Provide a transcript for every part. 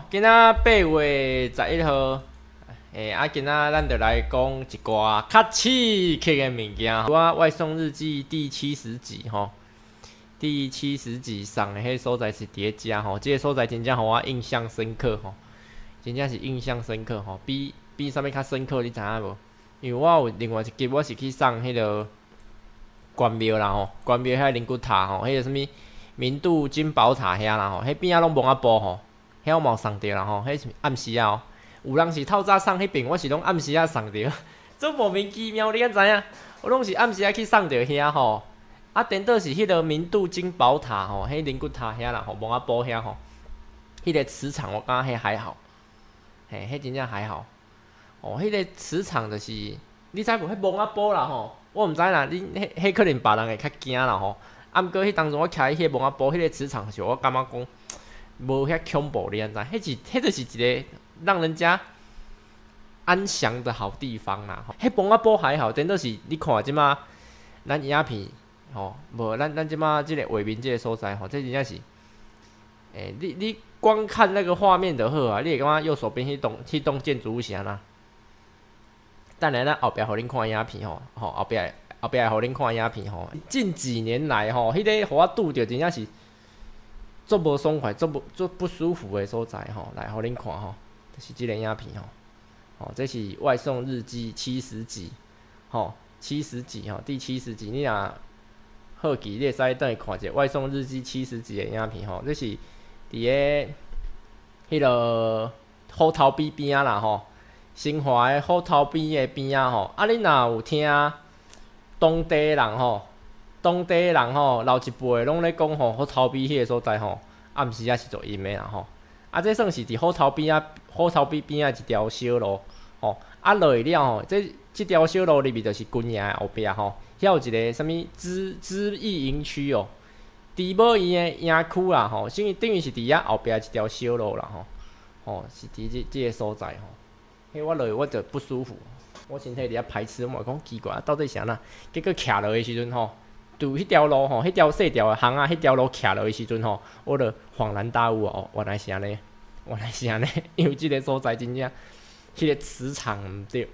今仔8月11号，今仔咱就来讲一寡较刺激的物件。我外送日记第70集吼，第70集上的迄所在是伫遮吼，这个所在真正互我印象深刻吼，真正是印象深刻吼，比啥物较深刻，你知影无？因为我有另外一集，我是去送迄个关庙啦吼，关庙遐灵骨塔吼，迄个什物明度金宝塔遐啦吼，迄边仔拢蒙啊布吼。遐我嘛有送着啦吼，迄是暗时啊有人是透早送迄边，我是拢暗时啊送着，这莫名其妙，你敢知影？我拢是暗时啊去送着遐吼，啊，颠倒是迄个明度金宝塔吼，迄灵骨塔遐啦吼，蒙啊布遐吼，迄个磁场我感觉迄还好，嘿，迄真正还好。哦，迄个磁场就是，你知无？迄蒙啊布啦吼，我毋知啦，你迄可能别人会较惊啦吼。啊，毋过迄当阵我徛迄个蒙啊布，迄个磁场是我感觉讲。无遐恐怖，你安知？迄就是一个让人家安详的好地方啦。迄蒙啊布还好，真的是你看即马咱影片吼，无咱即马即个画面即个所在吼，这真正是，你光看那个画面就好啊，你会感觉右手边迄栋建筑物是安那？等下咱后壁互恁看影片吼，后壁会互恁看影片吼。近几年来吼，迄个互我拄着真正是。做无爽快、做不舒服的所在吼，来互恁看吼，就是即个影片吼，这是外送日记70集，吼70集吼，第70集，你若好奇，你会使倒去看一下外送日记70集的影片吼，这是伫个迄个虎头边边啦吼，新华的虎头边的边仔吼，啊，你若有听当地人吼。当地人吼，老一辈拢咧讲吼，虎头边迄个所在吼，暗时啊是做阴的啦吼。啊，这算是伫虎头边边一条小路吼。啊，落去了吼，这条小路里面就是军营的后壁吼，遐有一个什物知意营区哦，猪母院的营区啦吼，等于是伫遐后壁一条小路啦吼，是伫这个所在吼。迄我落去我就不舒服，我身体伫遐排斥，我讲奇怪，到底是安那？结果徛落的时阵吼。就迄条路吼，迄条细条的巷啊，迄条路徛落的时阵吼，我就恍然大悟哦，原来是安尼，因为即个所在真正，迄个磁场毋对，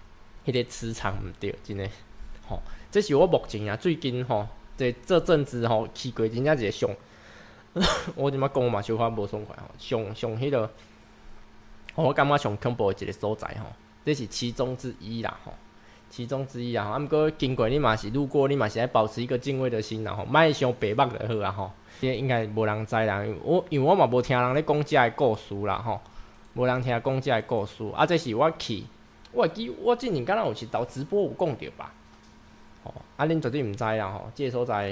真诶，吼，这是我目前啊最近吼，这阵子吼去过真正一个上，我即摆讲嘛，小可无爽快吼，上迄个，我感觉上恐怖的一个所在吼，这是其中之一啦吼。其中之一啊，啊，毋过经过你嘛是路过，你嘛是爱保持一个敬畏的心啦吼，莫伤白目就好啊吼。这应该无人知啦，因为我嘛无听人咧讲遮个故事啦吼，无人听讲遮个故事。啊，这是我去，我会记我之前敢若有一道直播有讲着吧？吼，啊，恁绝对毋知啦吼，这个所在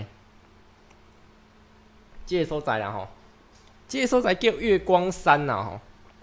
啦吼，这个所在叫月光山啦吼。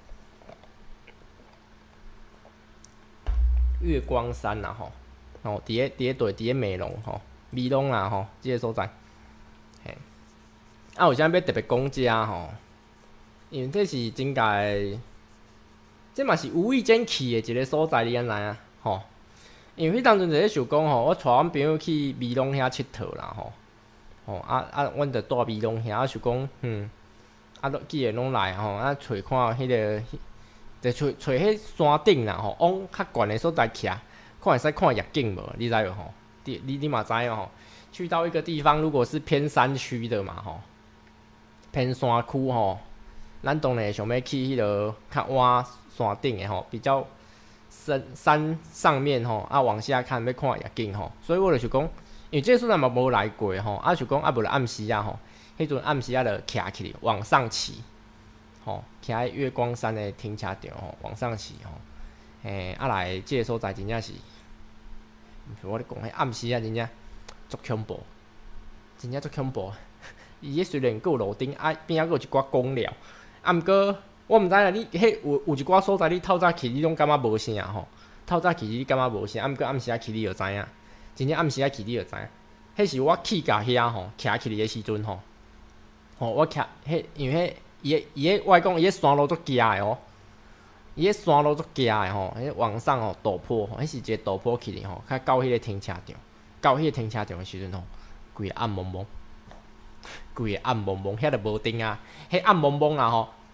月光山啦吼，吼，伫个美容吼，美容啦吼，即个所在，嘿，啊，为啥要特别讲遮吼？因为这是真个，这嘛是无意间去的一个所在，你安知影吼？因为迄当阵就咧想讲吼，我带阮朋友去美容遐佚佗啦吼，阮着住美容遐，啊想讲，既然拢来吼，找看迄个。就找迄山顶啦吼，往较悬的所在徛，看会使看夜景无？你知无吼？你嘛知影吼？去到一个地方，如果是偏山区的嘛吼，偏山区吼，咱当然想要去迄个较晚山顶的吼，比较山上面吼，啊往下看要看夜景吼，所以我就想讲，因为这个所在嘛无来过吼，啊想讲啊无就暗时啊吼，迄阵暗时啊就徛起往上骑。吼，徛喺月光山的停车场吼，往上骑吼，来即个所在真正是，我咧讲迄暗时啊，真正足恐怖，真正足恐怖。伊迄虽然有路顶，边仔有一寡公寮，毋过我毋知影你迄有一寡所在，你透早去你拢感觉无啥吼，透早去你感觉无啥，毋过暗时啊去你就知影，真正暗时啊去你就知影。迄是我去到遐吼，徛起的时阵吼，我徛迄因为迄。我讲伊个山路足夹的哦，伊个山路足夹的吼，迄往上吼陡坡吼，迄是一个陡坡起哩吼，较到迄个停车场，到迄个停车场的时阵吼，规个暗蒙蒙，遐就无灯啊，迄暗蒙蒙啦吼，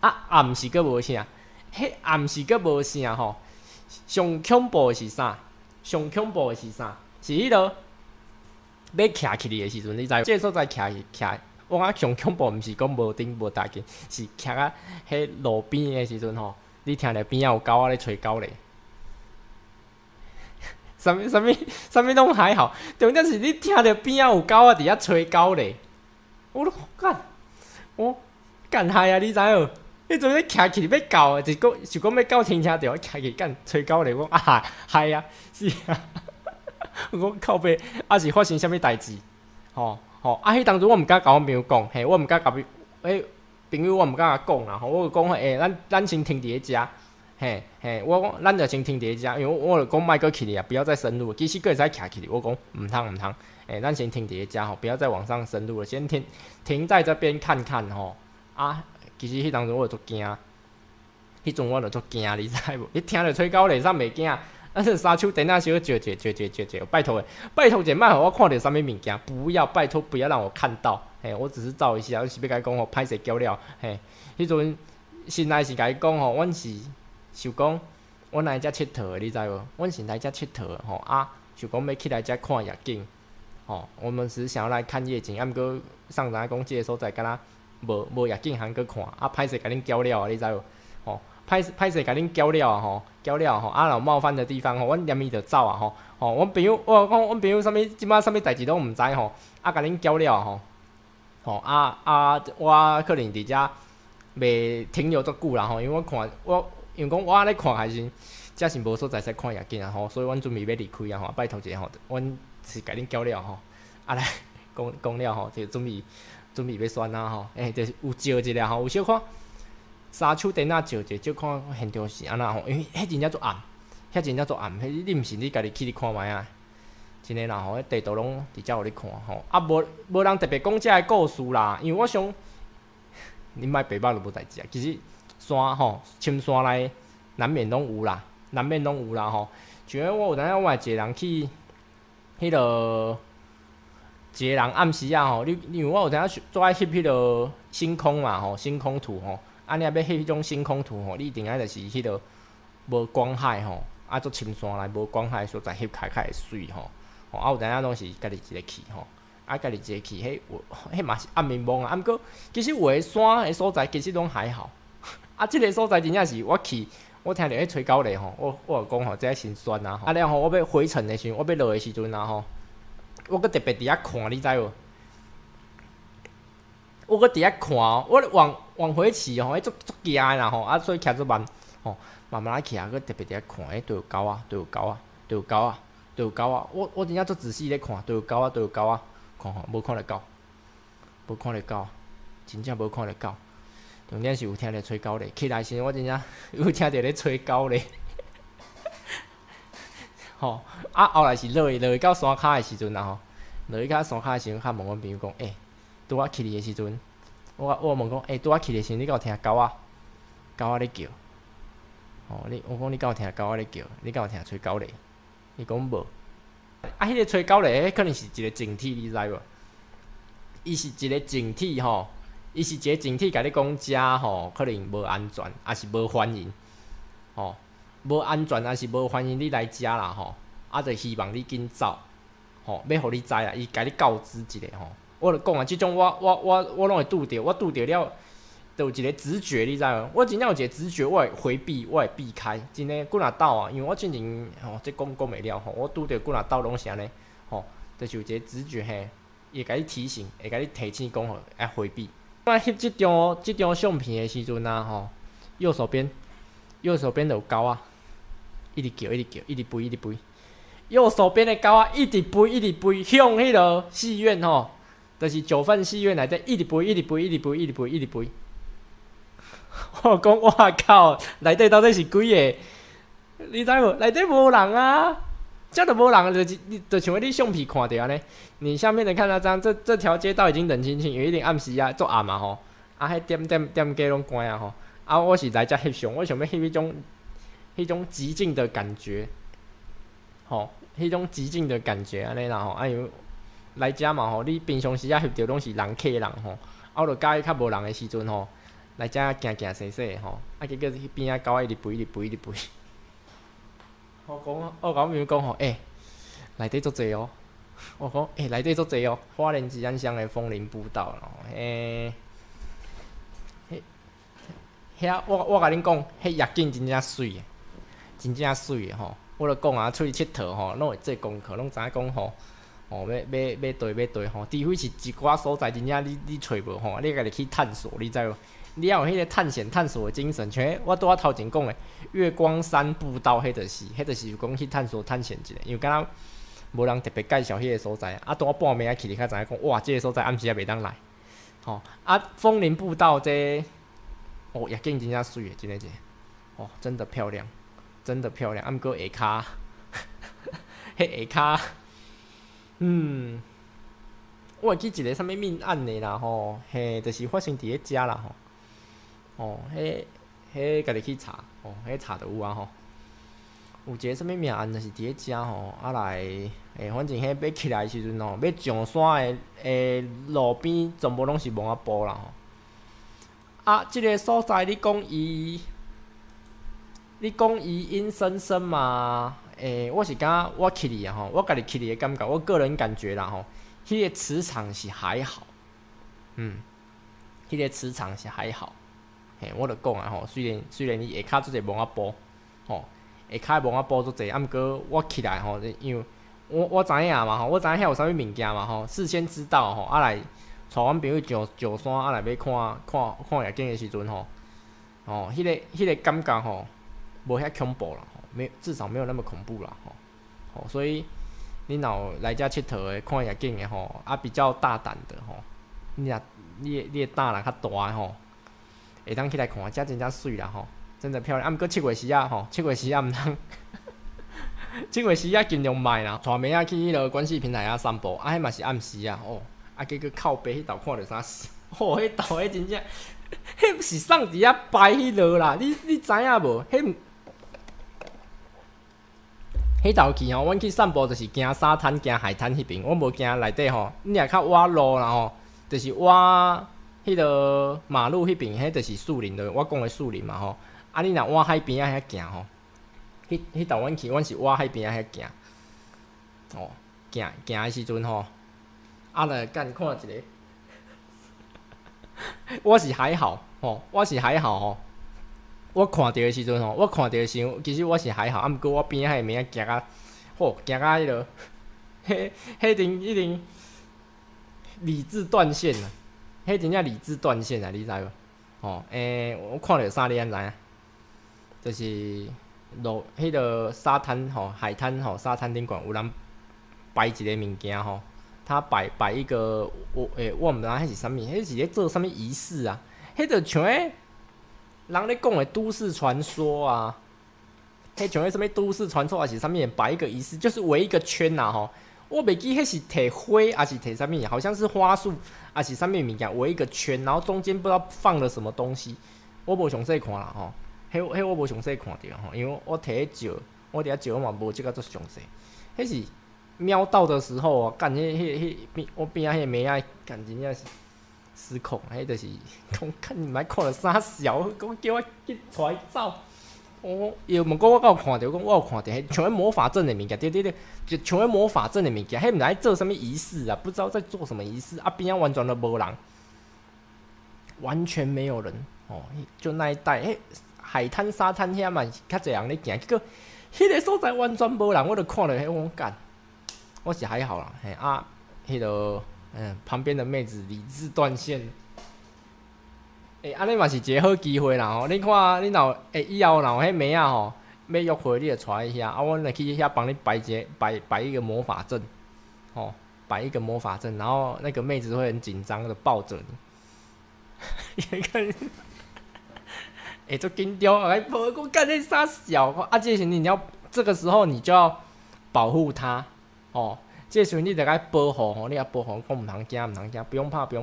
啊暗是佫无啥，迄暗是佫无啥吼。上恐怖的是啥？上恐怖的是啥？是迄落要徛起哩的时阵，你知？这个所在徛，我感觉上恐怖，毋是讲无顶无大间，是徛啊迄路边的时阵吼，你听着边仔有狗仔咧吹狗咧。啥物拢还好，重点是你听着边仔有狗仔伫遐吹狗咧，我干嗨啊！你知无？迄阵咧徛起要狗，就讲要狗听着，徛起干吹狗咧，我啊嗨啊，是啊，我靠背，啊是发生啥物代志？吼迄当初我毋敢甲我朋友讲，嘿，我毋敢甲朋友我毋敢甲讲啦，我就讲咱先停伫咧遮。嘿，我讲咱就先停伫遮，因为我就讲莫搁去哩啊，不要再深入。其实佫会使徛起哩，我讲毋通，咱先停伫咧遮吼，不要再往上深入了，先停在这边看看吼。啊，其实迄当时我就足惊，迄阵我就足惊，你知无？你听着吹狗咧，啥袂惊？但是三手电啊，小嚼，拜托者莫互我看到啥物物件，不要，拜托不要让我看到。嘿，我只是照一下，我是要甲伊讲吼，歹势交了。嘿，迄阵先来是甲伊讲吼，阮是。想讲，阮来遮佚佗，你知无？阮是来遮佚佗吼啊！想讲要起来遮看夜景，吼，我们只是想要来看夜景，啊，毋过上阵讲即个所在敢若无夜景通去看，啊，歹势甲恁交了，你知无？吼，歹势甲恁交了吼，啊，有冒犯的地方吼，阮连伊就走啊吼，阮朋友，我讲阮朋友即摆啥物代志拢毋知吼，啊，甲恁交了吼，我可能伫遮袂停留足久啦吼，因为因为讲我咧看还是，遮是无所在使看夜景啊吼，所以阮准备要离开啊吼，拜托者吼，阮是甲恁交了吼，啊来讲了吼，就准备要选啊吼，就是有照一下吼，有小看三手电啊照一下，照看现场是安那吼，因为迄真正足暗，迄你毋信你家己去你看觅啊，真诶啦吼，迄地图拢直接互你看吼，啊无人特别讲遮个故事啦，因为我想，恁莫白目就无代志啊，其实。山吼，深山内难免拢有啦吼。像我有当我一个人去，迄落一个人暗时啊吼，因为我有当做爱翕迄落星空嘛吼，星空图吼，啊你若要翕迄种星空图吼，你一定爱就是迄落无光害吼，啊做深山内无光害所在翕较会水吼，啊有当拢是家己一个去吼，啊家己一个去，迄嘛是暗暝蒙啊，毋过其实有诶山诶所在其实拢还好。啊，即个所在真正是我去，我听着迄吹狗咧吼，我就讲吼，这心酸啊吼。啊，然后我要回程的时阵，我要落的时阵啊吼，我搁特别伫遐看，你知无？我搁伫遐看，我往回去吼，足惊啦吼，啊，所以徛足慢吼，慢慢来徛，搁特别伫遐看，都有狗啊，我真正足仔细咧看，都有狗啊，看吼，无看到狗，真正无看到狗。重点是有听着吹狗咧，起来时我真正有听着咧吹狗咧，吼啊后来是落去到山骹的时阵啊吼，落去到山骹的时阵，较问阮朋友讲，拄仔起哩的时阵，我问讲，拄仔起哩的时阵，你敢有听狗仔咧叫？我讲你敢有听狗仔咧叫？你敢有听吹狗咧？伊讲无。啊，迄个吹狗咧，可能是一个整体，你知无？伊是一个整体吼。伊是一个整体，甲你讲遮吼，可能无安全，也是无欢迎，吼，无安全，也是无欢迎你来遮啦，吼，啊，就希望你紧走，吼，要互你知啊，伊甲你告知一下，吼，我就讲啊，即种我拢会拄着，我拄着了，就有一个直觉，你知无？我真正有一个直觉，我会回避，我会避开，真诶，几若斗啊，因为我之前吼，即讲袂了吼，我拄着几若斗拢是安尼，吼，就是有一个直觉嘿，会甲你提醒，会甲你提醒讲吼，要回避。我翕即张相片的时阵啊，吼，右手边就有狗啊，一直叫，一直吠，右手边的狗啊，一直吠，向迄落戏院吼，就是9份戏院内底一直吠。我讲哇靠，内底到底是几个？你知无？内底无人啊！遮都无人，就像你相片看到安尼。你下面能看到这条街道已经冷清清，有一点暗时啊，足暗嘛吼。啊，迄店家拢关啊吼。啊，我是来遮翕相，我想要翕迄种寂静的感觉，吼，迄种寂静的感觉安尼啦吼。啊，因为来遮嘛吼，你平常时啊翕到拢是人客人吼，啊，我就介意较无人的时阵吼， 来遮行行踅踅吼，啊结果迄边仔狗仔一直吠。我甲我妹讲吼，内底足济哦。我讲内底足济哦，花莲吉安乡的枫林步道啦，遐我甲恁讲，迄夜景真正水诶，真正水诶吼。我著讲啊，出去佚佗吼，拢会做功课，拢知影讲吼，要对吼。除非是一寡所在真正你找无吼，你家己去探索，你知无？你要有迄个探险探索的精神，像我拄仔头前讲的月光山步道，迄就是讲去探索探险一下，因为敢若无人特别介绍迄个所在，拄仔半暝啊去哩，较知影讲哇，这个所在暗时也袂当来，吼枫林步道这夜景真正水诶，真诶真的漂亮，真的漂亮，毋过下骹，迄下骹，我会记一个啥物命案的啦吼，就是发生伫迄遮啦吼，迄家己去查，迄查着有啊吼。有一个啥物命案，就是伫迄遮吼，来，反正迄要起来时阵吼，要上山的路边全部拢是蒙仔布啦吼。即个所在你讲伊阴森森嘛？我是感觉我去哩啊吼，我家己去哩的感觉，我个人感觉啦吼，迄个磁场是还好，迄个磁场是还好。我著讲啊吼，虽然伊下骹做者蒙仔布，吼。下骹蒙仔布足济，毋过我起来吼，因为我知影嘛吼，我知影遐有啥物物件嘛吼，事先知道吼，来带阮朋友上山，来要看夜景的时阵吼，迄个感觉吼，无遐恐怖啦吼，至少没有那么恐怖啦吼，所以你若来遮佚佗的看夜景的吼，比较大胆的吼，你的胆若较大的吼，会当起来看，遮真正水啦吼。真的漂亮，毋过7月时啊吼，7月时啊毋通，7月时啊尽量卖啦。带妹仔去迄落关系平台啊散步，迄嘛是暗时啊结果靠北迄头看着啥事？迄头迄真正，迄是送伫遐摆迄落啦。你知影无？迄头去吼，阮去散步就是行沙滩、行海滩迄边，我无行内底吼。你若较挖路啦吼，就是挖迄落马路迄边，迄就是树林的。我讲的树林嘛吼。你若往海边仔遐行吼，迄头阮去，阮是往海边仔遐行，行的时阵吼，来干看一个，我是还好吼，我看到的时阵吼，其实我是还好，毋过我边仔迄个仔行啊，行啊迄落，一定理智断线啦，迄真正理智断线啊，你知无？我看到啥你安知影？就是迄个沙滩吼，海滩吼，沙滩顶悬有人摆一个物件吼，他摆一个我毋知迄是啥物，迄是咧做啥物仪式啊？迄就像人咧讲的都市传说啊，迄像啥物都市传说还是啥物？摆一个仪式，就是围一个圈呐吼。我袂记迄是摕花还是摕啥物，好像是花束还是啥物物件围一个圈，然后中间不知道放了什么东西，我无详细看啦吼。迄我无详细看着吼，因为我摕迄照，我伫遐照我嘛无即个足详细。迄是瞄到的时候啊，干我边仔迄个妹仔干真正是失控，迄就是讲看你莫看了啥小，讲叫我去带走。伊问讲我敢有看着，讲我有看着，迄像迄魔法阵的物件，对，就像迄魔法阵的物件，迄毋知做啥物仪式啊，不知道在做什么仪式，边仔完全都无人，完全没有人就那一带海滩、沙滩遐嘛，较侪人咧行，结果迄个所在完全无人，我著看了迄我干，我是还好啦，迄个旁边的妹子理智断线，安尼嘛是一个好机会啦吼，你看你若以后若有迄妹仔吼要约会，你著带伊遐，阮来去遐帮你摆一个魔法阵，摆一个魔法阵，然后那个妹子会很紧张的抱着你，做紧张，我干那啥小这时你要这个时候你就要保护他这时候你得该保护你要保护，讲唔通惊，不用怕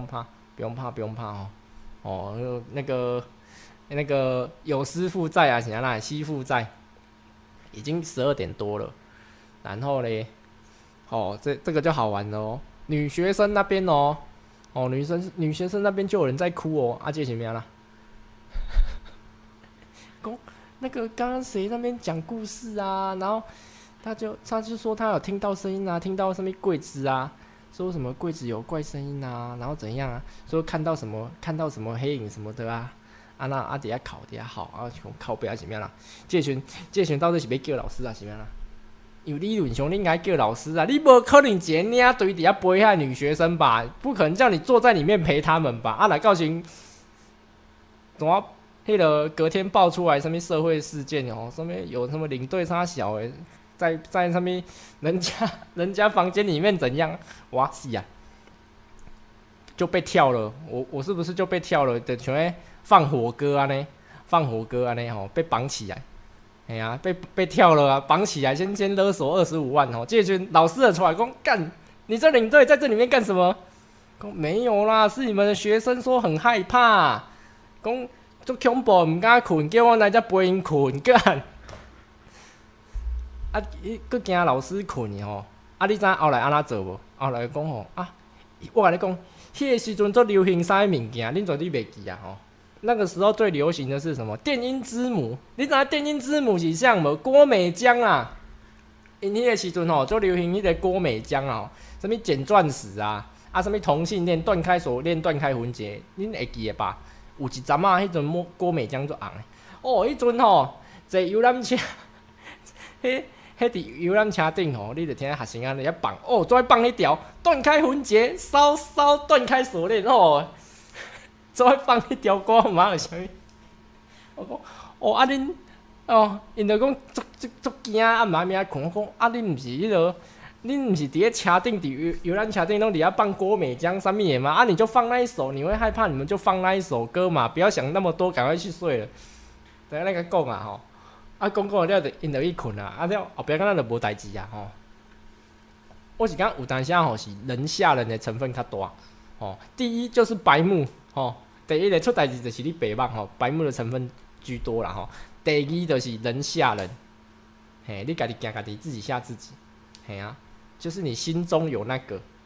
那个有师傅在啊，是哪师傅在？已经12点多了，然后嘞，这个就好玩了哦。女学生那边女学生那边就有人在哭这是什么啦？ 讲那个刚刚谁那边讲故事啊，然后他就说他有听到声音啊，听到什么柜子啊，说什么柜子有怪声音啊，然后怎样啊，说看到什么黑影什么的啊，那底下考底下好啊，靠背啊怎么样啦？这群到底是要叫老师啊，怎么样啦？有理论上你应该叫老师啊，你不可能一个领队底下陪下女学生吧？不可能叫你坐在里面陪他们吧？来告诉怎么？迄个隔天爆出来什么社会事件哦，什么有什么领队差小诶，在上面人家房间里面怎样？哇死啊！就被跳了，我是不是就被跳了？就像放火歌啊呢，被绑起来，哎呀，被跳了啊，绑起来先勒索25万哦。这群老师的出来讲干，你这领队在这里面干什么？讲没有啦，是你们的学生说很害怕，讲。足恐怖，唔敢困，叫我来遮陪因困干。佮惊老师困的吼。你知后来安怎做无？后来讲吼我跟你讲，迄个时阵最流行啥物件，恁绝对袂记啊吼。那个时候最流行的是什么？电音之母，你知电音之母是啥无？郭美江啊。因迄个时阵吼，最流行迄个郭美江啊，什么捡钻石啊，什么同性恋、断开锁链、断开婚结，恁会记的吧？有一阵啊，迄阵郭美江就红的。迄阵吼，坐游览车，迄伫游览车顶吼，你就听学生仔在放，在放迄条断开婚结，稍断开锁链在放迄条歌，唔知是啥物。我讲，恁因就讲足惊，唔知咩困。我讲，恁毋是迄落。恁不是伫咧车顶，伫游览车顶拢伫遐放郭美江什么的吗？你就放那一首，你会害怕，你们就放那一首歌嘛，不要想那么多，赶快去睡了。等下那个讲啊吼，讲了就因就去困啊，了后壁敢若就无代志啊吼。我是讲有当时吼是人吓人的成分较大吼。第一就是白目吼，第一个出代志就是你白目吼，白目的成分居多啦吼。第二就是人吓人，嘿，你家己惊家己，自己吓自己，嘿啊。就是你心中有那个